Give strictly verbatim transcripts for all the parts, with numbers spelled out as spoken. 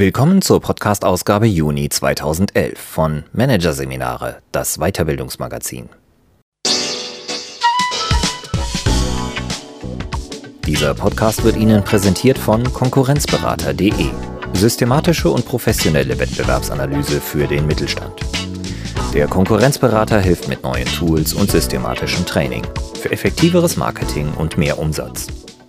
Willkommen zur Podcast-Ausgabe Juni zweitausendelf von Managerseminare, das Weiterbildungsmagazin. Dieser Podcast wird Ihnen präsentiert von Konkurrenzberater punkt de. Systematische und professionelle Wettbewerbsanalyse für den Mittelstand. Der Konkurrenzberater hilft mit neuen Tools und systematischem Training für effektiveres Marketing und mehr Umsatz.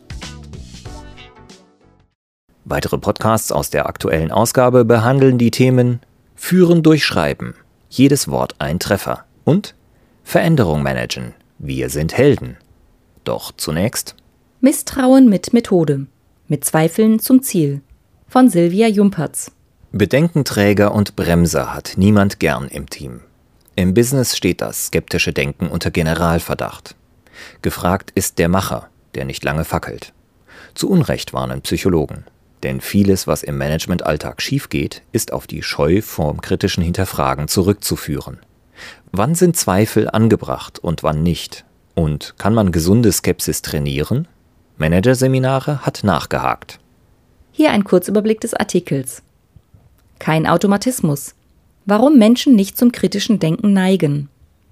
Weitere Podcasts aus der aktuellen Ausgabe behandeln die Themen Führen durch Schreiben, jedes Wort ein Treffer und Veränderung managen, wir sind Helden. Doch zunächst Misstrauen mit Methode, mit Zweifeln zum Ziel von Silvia Jumpertz. Bedenkenträger und Bremser hat niemand gern im Team. Im Business steht das skeptische Denken unter Generalverdacht. Gefragt ist der Macher, der nicht lange fackelt. Zu Unrecht warnen Psychologen. Denn vieles, was im Managementalltag schiefgeht, ist auf die Scheu vorm kritischen Hinterfragen zurückzuführen. Wann sind Zweifel angebracht und wann nicht? Und kann man gesunde Skepsis trainieren? Managerseminare hat nachgehakt. Hier ein Kurzüberblick des Artikels. Kein Automatismus. Warum Menschen nicht zum kritischen Denken neigen.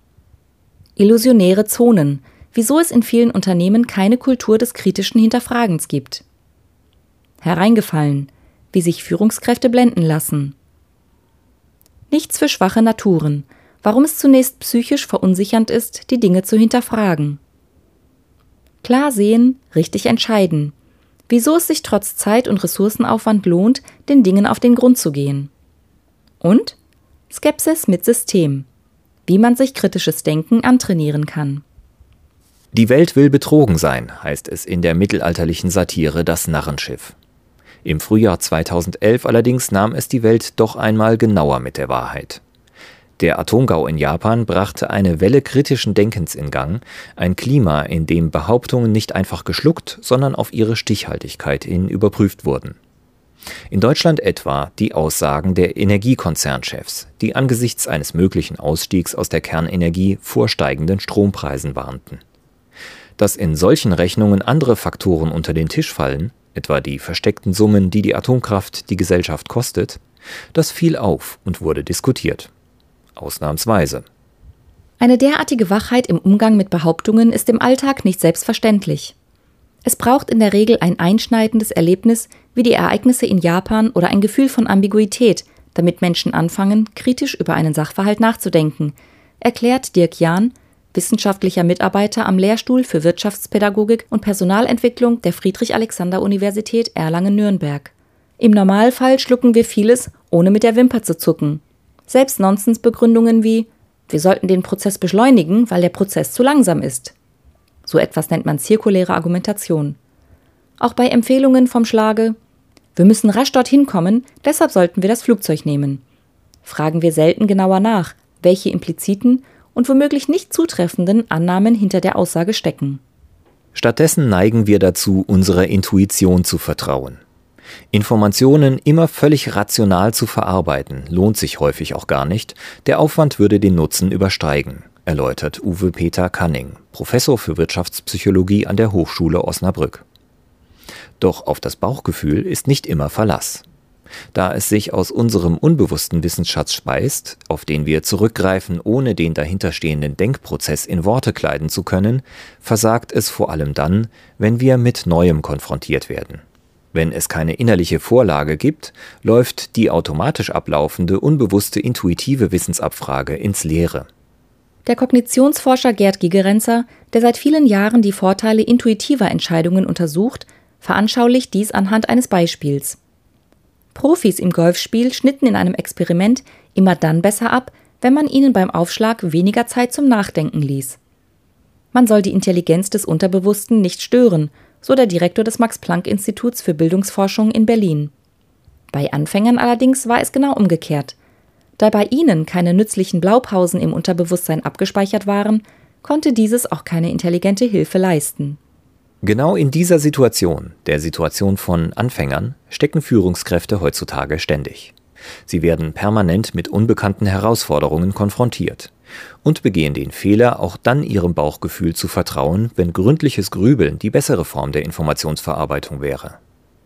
Illusionäre Zonen. Wieso es in vielen Unternehmen keine Kultur des kritischen Hinterfragens gibt. Hereingefallen, wie sich Führungskräfte blenden lassen. Nichts für schwache Naturen, warum es zunächst psychisch verunsichernd ist, die Dinge zu hinterfragen. Klar sehen, richtig entscheiden, wieso es sich trotz Zeit- und Ressourcenaufwand lohnt, den Dingen auf den Grund zu gehen. Und Skepsis mit System, wie man sich kritisches Denken antrainieren kann. Die Welt will betrogen sein, heißt es in der mittelalterlichen Satire Das Narrenschiff. Im Frühjahr zweitausendelf allerdings nahm es die Welt doch einmal genauer mit der Wahrheit. Der Atomgau in Japan brachte eine Welle kritischen Denkens in Gang, ein Klima, in dem Behauptungen nicht einfach geschluckt, sondern auf ihre Stichhaltigkeit hin überprüft wurden. In Deutschland etwa die Aussagen der Energiekonzernchefs, die angesichts eines möglichen Ausstiegs aus der Kernenergie vor steigenden Strompreisen warnten. Dass in solchen Rechnungen andere Faktoren unter den Tisch fallen, etwa die versteckten Summen, die die Atomkraft die Gesellschaft kostet, das fiel auf und wurde diskutiert. Ausnahmsweise. Eine derartige Wachheit im Umgang mit Behauptungen ist im Alltag nicht selbstverständlich. Es braucht in der Regel ein einschneidendes Erlebnis wie die Ereignisse in Japan oder ein Gefühl von Ambiguität, damit Menschen anfangen, kritisch über einen Sachverhalt nachzudenken, erklärt Dirk Jahn, wissenschaftlicher Mitarbeiter am Lehrstuhl für Wirtschaftspädagogik und Personalentwicklung der Friedrich-Alexander-Universität Erlangen-Nürnberg. Im Normalfall schlucken wir vieles, ohne mit der Wimper zu zucken. Selbst Nonsensbegründungen wie, wir sollten den Prozess beschleunigen, weil der Prozess zu langsam ist. So etwas nennt man zirkuläre Argumentation. Auch bei Empfehlungen vom Schlage, wir müssen rasch dorthin kommen, deshalb sollten wir das Flugzeug nehmen. Fragen wir selten genauer nach, welche impliziten und womöglich nicht zutreffenden Annahmen hinter der Aussage stecken. Stattdessen neigen wir dazu, unserer Intuition zu vertrauen. Informationen immer völlig rational zu verarbeiten, lohnt sich häufig auch gar nicht, der Aufwand würde den Nutzen übersteigen, erläutert Uwe Peter Canning, Professor für Wirtschaftspsychologie an der Hochschule Osnabrück. Doch auf das Bauchgefühl ist nicht immer Verlass. Da es sich aus unserem unbewussten Wissensschatz speist, auf den wir zurückgreifen, ohne den dahinterstehenden Denkprozess in Worte kleiden zu können, versagt es vor allem dann, wenn wir mit Neuem konfrontiert werden. Wenn es keine innerliche Vorlage gibt, läuft die automatisch ablaufende, unbewusste intuitive Wissensabfrage ins Leere. Der Kognitionsforscher Gerd Gigerenzer, der seit vielen Jahren die Vorteile intuitiver Entscheidungen untersucht, veranschaulicht dies anhand eines Beispiels. Profis im Golfspiel schnitten in einem Experiment immer dann besser ab, wenn man ihnen beim Aufschlag weniger Zeit zum Nachdenken ließ. Man soll die Intelligenz des Unterbewussten nicht stören, so der Direktor des Max-Planck-Instituts für Bildungsforschung in Berlin. Bei Anfängern allerdings war es genau umgekehrt. Da bei ihnen keine nützlichen Blaupausen im Unterbewusstsein abgespeichert waren, konnte dieses auch keine intelligente Hilfe leisten. Genau in dieser Situation, der Situation von Anfängern, stecken Führungskräfte heutzutage ständig. Sie werden permanent mit unbekannten Herausforderungen konfrontiert und begehen den Fehler, auch dann ihrem Bauchgefühl zu vertrauen, wenn gründliches Grübeln die bessere Form der Informationsverarbeitung wäre.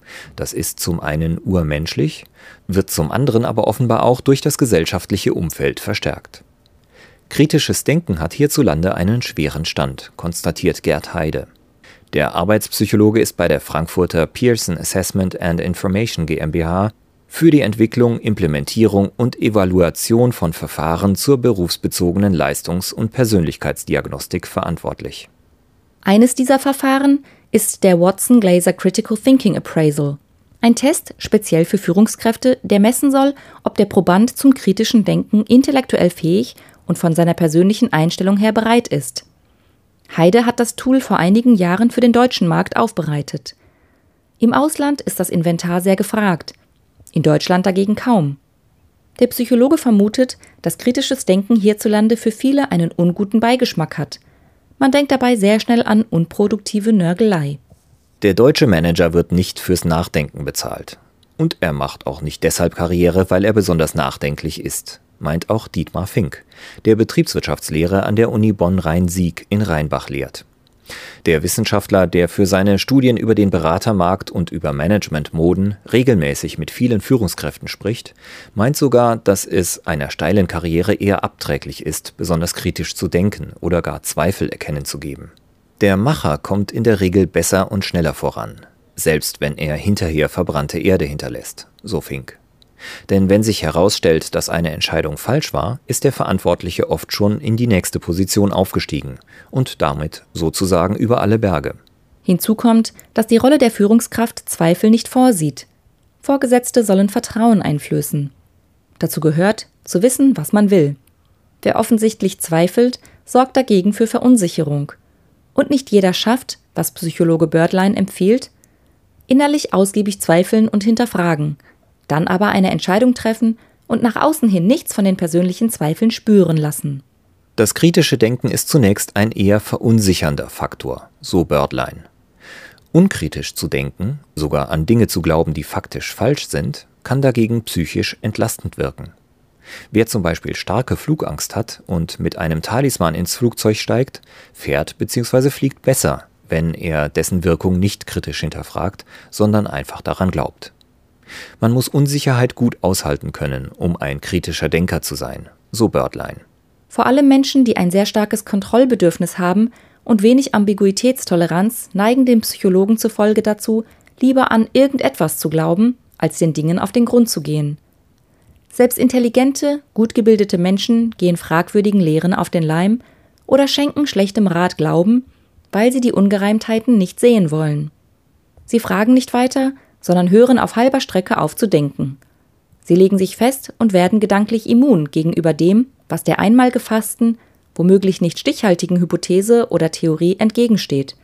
Das ist zum einen urmenschlich, wird zum anderen aber offenbar auch durch das gesellschaftliche Umfeld verstärkt. Kritisches Denken hat hierzulande einen schweren Stand, konstatiert Gerd Heide. Der Arbeitspsychologe ist bei der Frankfurter Pearson Assessment and Information GmbH für die Entwicklung, Implementierung und Evaluation von Verfahren zur berufsbezogenen Leistungs- und Persönlichkeitsdiagnostik verantwortlich. Eines dieser Verfahren ist der Watson-Glaser Critical Thinking Appraisal, ein Test speziell für Führungskräfte, der messen soll, ob der Proband zum kritischen Denken intellektuell fähig und von seiner persönlichen Einstellung her bereit ist. Heide hat das Tool vor einigen Jahren für den deutschen Markt aufbereitet. Im Ausland ist das Inventar sehr gefragt, in Deutschland dagegen kaum. Der Psychologe vermutet, dass kritisches Denken hierzulande für viele einen unguten Beigeschmack hat. Man denkt dabei sehr schnell an unproduktive Nörgelei. Der deutsche Manager wird nicht fürs Nachdenken bezahlt. Und er macht auch nicht deshalb Karriere, weil er besonders nachdenklich ist, meint auch Dietmar Fink, der Betriebswirtschaftslehrer an der Uni Bonn-Rhein-Sieg in Rheinbach lehrt. Der Wissenschaftler, der für seine Studien über den Beratermarkt und über Managementmoden regelmäßig mit vielen Führungskräften spricht, meint sogar, dass es einer steilen Karriere eher abträglich ist, besonders kritisch zu denken oder gar Zweifel erkennen zu geben. Der Macher kommt in der Regel besser und schneller voran, selbst wenn er hinterher verbrannte Erde hinterlässt, so Fink. Denn wenn sich herausstellt, dass eine Entscheidung falsch war, ist der Verantwortliche oft schon in die nächste Position aufgestiegen und damit sozusagen über alle Berge. Hinzu kommt, dass die Rolle der Führungskraft Zweifel nicht vorsieht. Vorgesetzte sollen Vertrauen einflößen. Dazu gehört, zu wissen, was man will. Wer offensichtlich zweifelt, sorgt dagegen für Verunsicherung. Und nicht jeder schafft, was Psychologe Bördlein empfiehlt, innerlich ausgiebig zweifeln und hinterfragen, dann aber eine Entscheidung treffen und nach außen hin nichts von den persönlichen Zweifeln spüren lassen. Das kritische Denken ist zunächst ein eher verunsichernder Faktor, so Bördlein. Unkritisch zu denken, sogar an Dinge zu glauben, die faktisch falsch sind, kann dagegen psychisch entlastend wirken. Wer zum Beispiel starke Flugangst hat und mit einem Talisman ins Flugzeug steigt, fährt bzw. fliegt besser, wenn er dessen Wirkung nicht kritisch hinterfragt, sondern einfach daran glaubt. Man muss Unsicherheit gut aushalten können, um ein kritischer Denker zu sein, so Bördlein. Vor allem Menschen, die ein sehr starkes Kontrollbedürfnis haben und wenig Ambiguitätstoleranz, neigen dem Psychologen zufolge dazu, lieber an irgendetwas zu glauben, als den Dingen auf den Grund zu gehen. Selbst intelligente, gut gebildete Menschen gehen fragwürdigen Lehren auf den Leim oder schenken schlechtem Rat Glauben, weil sie die Ungereimtheiten nicht sehen wollen. Sie fragen nicht weiter, sondern hören auf halber Strecke auf zu denken. Sie legen sich fest und werden gedanklich immun gegenüber dem, was der einmal gefassten, womöglich nicht stichhaltigen Hypothese oder Theorie entgegensteht.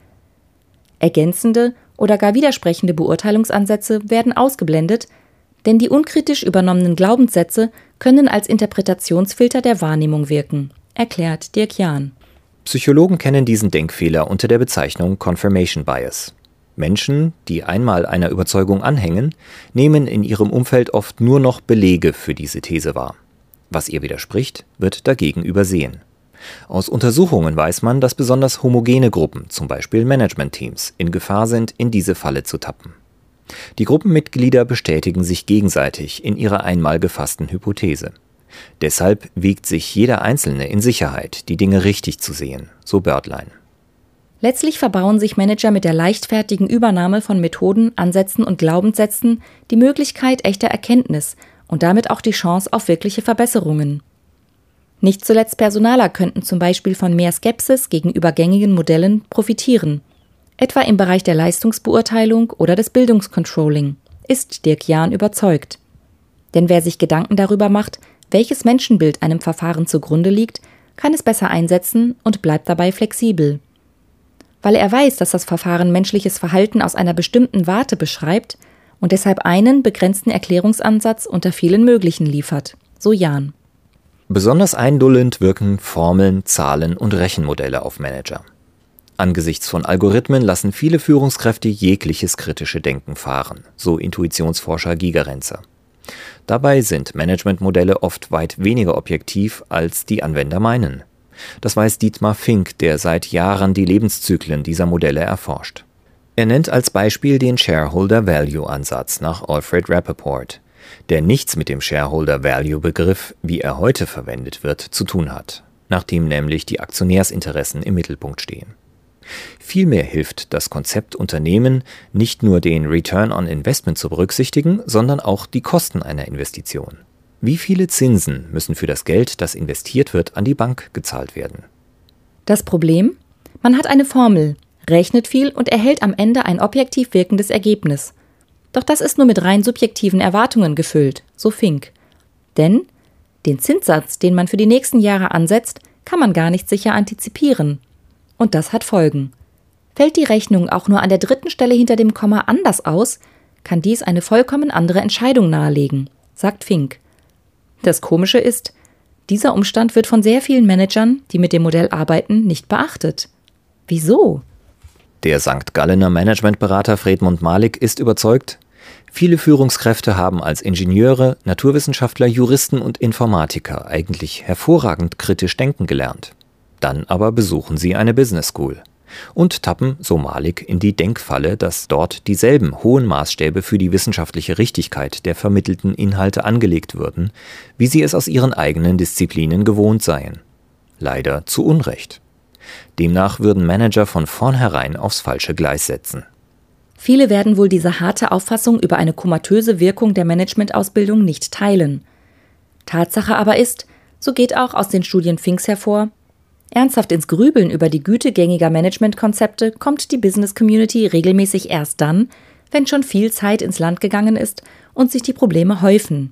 Ergänzende oder gar widersprechende Beurteilungsansätze werden ausgeblendet, denn die unkritisch übernommenen Glaubenssätze können als Interpretationsfilter der Wahrnehmung wirken, erklärt Dirk Jahn. Psychologen kennen diesen Denkfehler unter der Bezeichnung Confirmation Bias. Menschen, die einmal einer Überzeugung anhängen, nehmen in ihrem Umfeld oft nur noch Belege für diese These wahr. Was ihr widerspricht, wird dagegen übersehen. Aus Untersuchungen weiß man, dass besonders homogene Gruppen, zum Beispiel Managementteams, in Gefahr sind, in diese Falle zu tappen. Die Gruppenmitglieder bestätigen sich gegenseitig in ihrer einmal gefassten Hypothese. Deshalb wiegt sich jeder Einzelne in Sicherheit, die Dinge richtig zu sehen, so Bördlein. Letztlich verbauen sich Manager mit der leichtfertigen Übernahme von Methoden, Ansätzen und Glaubenssätzen die Möglichkeit echter Erkenntnis und damit auch die Chance auf wirkliche Verbesserungen. Nicht zuletzt Personaler könnten zum Beispiel von mehr Skepsis gegenüber gängigen Modellen profitieren, etwa im Bereich der Leistungsbeurteilung oder des Bildungscontrolling, ist Dirk Jahn überzeugt. Denn wer sich Gedanken darüber macht, welches Menschenbild einem Verfahren zugrunde liegt, kann es besser einsetzen und bleibt dabei flexibel. Weil er weiß, dass das Verfahren menschliches Verhalten aus einer bestimmten Warte beschreibt und deshalb einen begrenzten Erklärungsansatz unter vielen möglichen liefert, so Jahn. Besonders eindullend wirken Formeln, Zahlen und Rechenmodelle auf Manager. Angesichts von Algorithmen lassen viele Führungskräfte jegliches kritische Denken fahren, so Intuitionsforscher Gigerenzer. Dabei sind Managementmodelle oft weit weniger objektiv, als die Anwender meinen. Das weiß Dietmar Fink, der seit Jahren die Lebenszyklen dieser Modelle erforscht. Er nennt als Beispiel den Shareholder-Value-Ansatz nach Alfred Rappaport, der nichts mit dem Shareholder-Value-Begriff, wie er heute verwendet wird, zu tun hat, nachdem nämlich die Aktionärsinteressen im Mittelpunkt stehen. Vielmehr hilft das Konzept Unternehmen, nicht nur den Return on Investment zu berücksichtigen, sondern auch die Kosten einer Investition. Wie viele Zinsen müssen für das Geld, das investiert wird, an die Bank gezahlt werden? Das Problem? Man hat eine Formel, rechnet viel und erhält am Ende ein objektiv wirkendes Ergebnis. Doch das ist nur mit rein subjektiven Erwartungen gefüllt, so Fink. Denn den Zinssatz, den man für die nächsten Jahre ansetzt, kann man gar nicht sicher antizipieren. Und das hat Folgen. Fällt die Rechnung auch nur an der dritten Stelle hinter dem Komma anders aus, kann dies eine vollkommen andere Entscheidung nahelegen, sagt Fink. Das Komische ist, dieser Umstand wird von sehr vielen Managern, die mit dem Modell arbeiten, nicht beachtet. Wieso? Der Sankt Gallener Managementberater Fredmund Malik ist überzeugt, viele Führungskräfte haben als Ingenieure, Naturwissenschaftler, Juristen und Informatiker eigentlich hervorragend kritisch denken gelernt. Dann aber besuchen sie eine Business School und tappen, so Malik, in die Denkfalle, dass dort dieselben hohen Maßstäbe für die wissenschaftliche Richtigkeit der vermittelten Inhalte angelegt würden, wie sie es aus ihren eigenen Disziplinen gewohnt seien. Leider zu Unrecht. Demnach würden Manager von vornherein aufs falsche Gleis setzen. Viele werden wohl diese harte Auffassung über eine komatöse Wirkung der Managementausbildung nicht teilen. Tatsache aber ist, so geht auch aus den Studien Finks hervor, ernsthaft ins Grübeln über die Güte gängiger Managementkonzepte kommt die Business-Community regelmäßig erst dann, wenn schon viel Zeit ins Land gegangen ist und sich die Probleme häufen.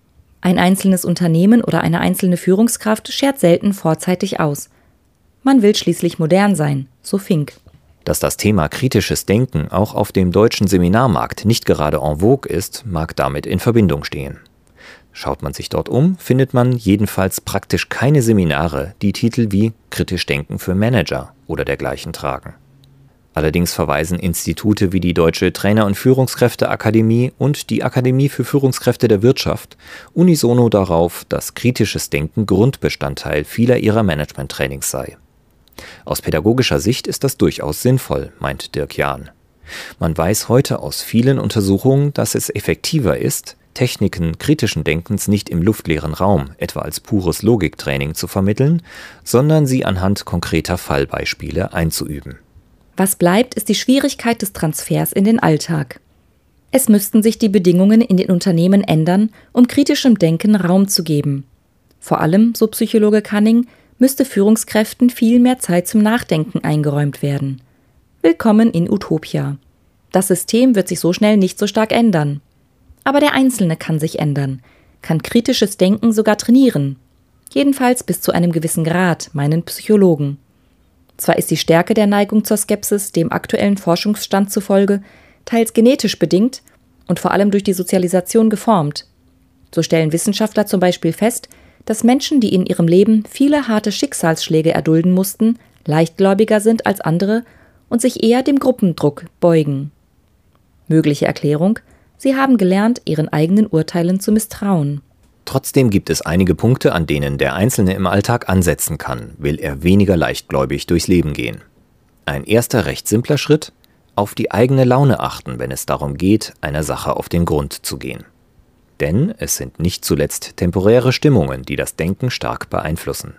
Ein einzelnes Unternehmen oder eine einzelne Führungskraft schert selten vorzeitig aus. Man will schließlich modern sein, so Fink. Dass das Thema kritisches Denken auch auf dem deutschen Seminarmarkt nicht gerade en vogue ist, mag damit in Verbindung stehen. Schaut man sich dort um, findet man jedenfalls praktisch keine Seminare, die Titel wie Kritisch Denken für Manager oder dergleichen tragen. Allerdings verweisen Institute wie die Deutsche Trainer- und Führungskräfteakademie und die Akademie für Führungskräfte der Wirtschaft unisono darauf, dass kritisches Denken Grundbestandteil vieler ihrer Management-Trainings sei. Aus pädagogischer Sicht ist das durchaus sinnvoll, meint Dirk Jahn. Man weiß heute aus vielen Untersuchungen, dass es effektiver ist, Techniken kritischen Denkens nicht im luftleeren Raum, etwa als pures Logiktraining zu vermitteln, sondern sie anhand konkreter Fallbeispiele einzuüben. Was bleibt, ist die Schwierigkeit des Transfers in den Alltag. Es müssten sich die Bedingungen in den Unternehmen ändern, um kritischem Denken Raum zu geben. Vor allem, so Psychologe Cunning, müsste Führungskräften viel mehr Zeit zum Nachdenken eingeräumt werden. Willkommen in Utopia. Das System wird sich so schnell nicht so stark ändern. Aber der Einzelne kann sich ändern, kann kritisches Denken sogar trainieren. Jedenfalls bis zu einem gewissen Grad, meinen Psychologen. Zwar ist die Stärke der Neigung zur Skepsis dem aktuellen Forschungsstand zufolge teils genetisch bedingt und vor allem durch die Sozialisation geformt. So stellen Wissenschaftler zum Beispiel fest, dass Menschen, die in ihrem Leben viele harte Schicksalsschläge erdulden mussten, leichtgläubiger sind als andere und sich eher dem Gruppendruck beugen. Mögliche Erklärung: Sie haben gelernt, ihren eigenen Urteilen zu misstrauen. Trotzdem gibt es einige Punkte, an denen der Einzelne im Alltag ansetzen kann, will er weniger leichtgläubig durchs Leben gehen. Ein erster recht simpler Schritt: auf die eigene Laune achten, wenn es darum geht, einer Sache auf den Grund zu gehen. Denn es sind nicht zuletzt temporäre Stimmungen, die das Denken stark beeinflussen.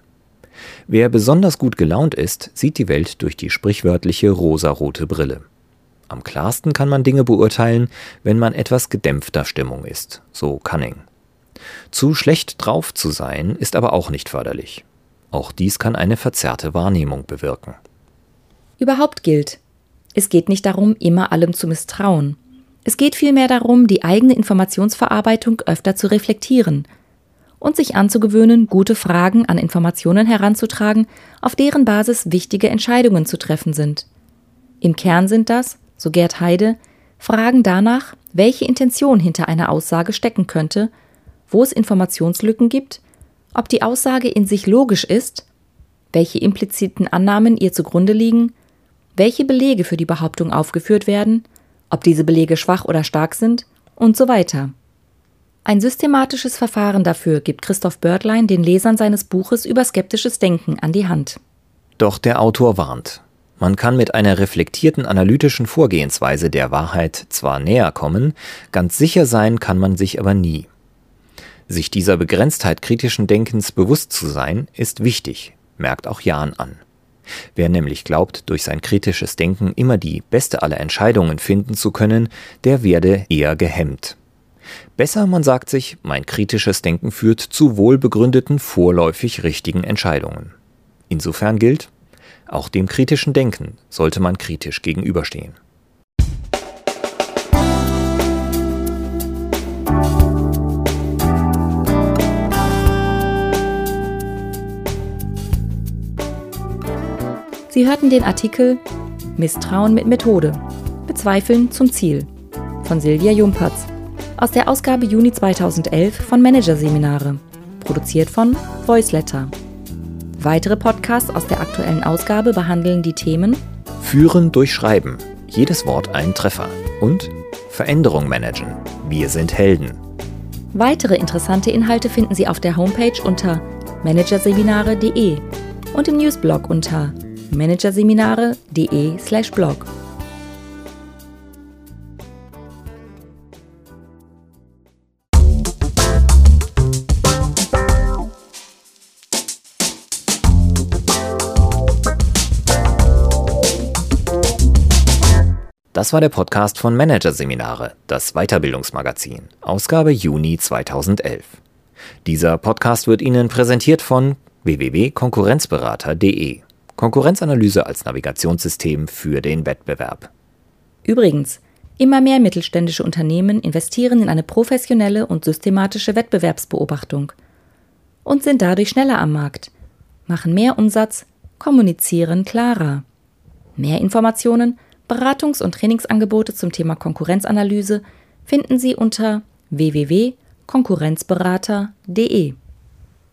Wer besonders gut gelaunt ist, sieht die Welt durch die sprichwörtliche rosarote Brille. Am klarsten kann man Dinge beurteilen, wenn man etwas gedämpfter Stimmung ist, so Cunning. Zu schlecht drauf zu sein, ist aber auch nicht förderlich. Auch dies kann eine verzerrte Wahrnehmung bewirken. Überhaupt gilt: Es geht nicht darum, immer allem zu misstrauen. Es geht vielmehr darum, die eigene Informationsverarbeitung öfter zu reflektieren und sich anzugewöhnen, gute Fragen an Informationen heranzutragen, auf deren Basis wichtige Entscheidungen zu treffen sind. Im Kern sind das, so Gerd Heide, Fragen danach, welche Intention hinter einer Aussage stecken könnte, wo es Informationslücken gibt, ob die Aussage in sich logisch ist, welche impliziten Annahmen ihr zugrunde liegen, welche Belege für die Behauptung aufgeführt werden, ob diese Belege schwach oder stark sind und so weiter. Ein systematisches Verfahren dafür gibt Christoph Börtlein den Lesern seines Buches über skeptisches Denken an die Hand. Doch der Autor warnt: Man kann mit einer reflektierten analytischen Vorgehensweise der Wahrheit zwar näher kommen, ganz sicher sein kann man sich aber nie. Sich dieser Begrenztheit kritischen Denkens bewusst zu sein, ist wichtig, merkt auch Jahn an. Wer nämlich glaubt, durch sein kritisches Denken immer die beste aller Entscheidungen finden zu können, der werde eher gehemmt. Besser, man sagt sich, mein kritisches Denken führt zu wohlbegründeten, vorläufig richtigen Entscheidungen. Insofern gilt, auch dem kritischen Denken sollte man kritisch gegenüberstehen. Sie hörten den Artikel Misstrauen mit Methode. Bezweifeln zum Ziel von Silvia Jumpertz aus der Ausgabe Juni zweitausendelf von Managerseminare, produziert von Voiceletter. Weitere Podcasts aus der aktuellen Ausgabe behandeln die Themen Führen durch Schreiben, jedes Wort ein Treffer und Veränderung managen, wir sind Helden. Weitere interessante Inhalte finden Sie auf der Homepage unter managerseminare punkt de und im Newsblog unter managerseminare punkt de slash blog. Das war der Podcast von Managerseminare, das Weiterbildungsmagazin, Ausgabe Juni zweitausendelf. Dieser Podcast wird Ihnen präsentiert von w w w punkt konkurrenzberater punkt de. Konkurrenzanalyse als Navigationssystem für den Wettbewerb. Übrigens, immer mehr mittelständische Unternehmen investieren in eine professionelle und systematische Wettbewerbsbeobachtung und sind dadurch schneller am Markt, machen mehr Umsatz, kommunizieren klarer. Mehr Informationen, Beratungs- und Trainingsangebote zum Thema Konkurrenzanalyse finden Sie unter w w w punkt konkurrenzberater punkt de.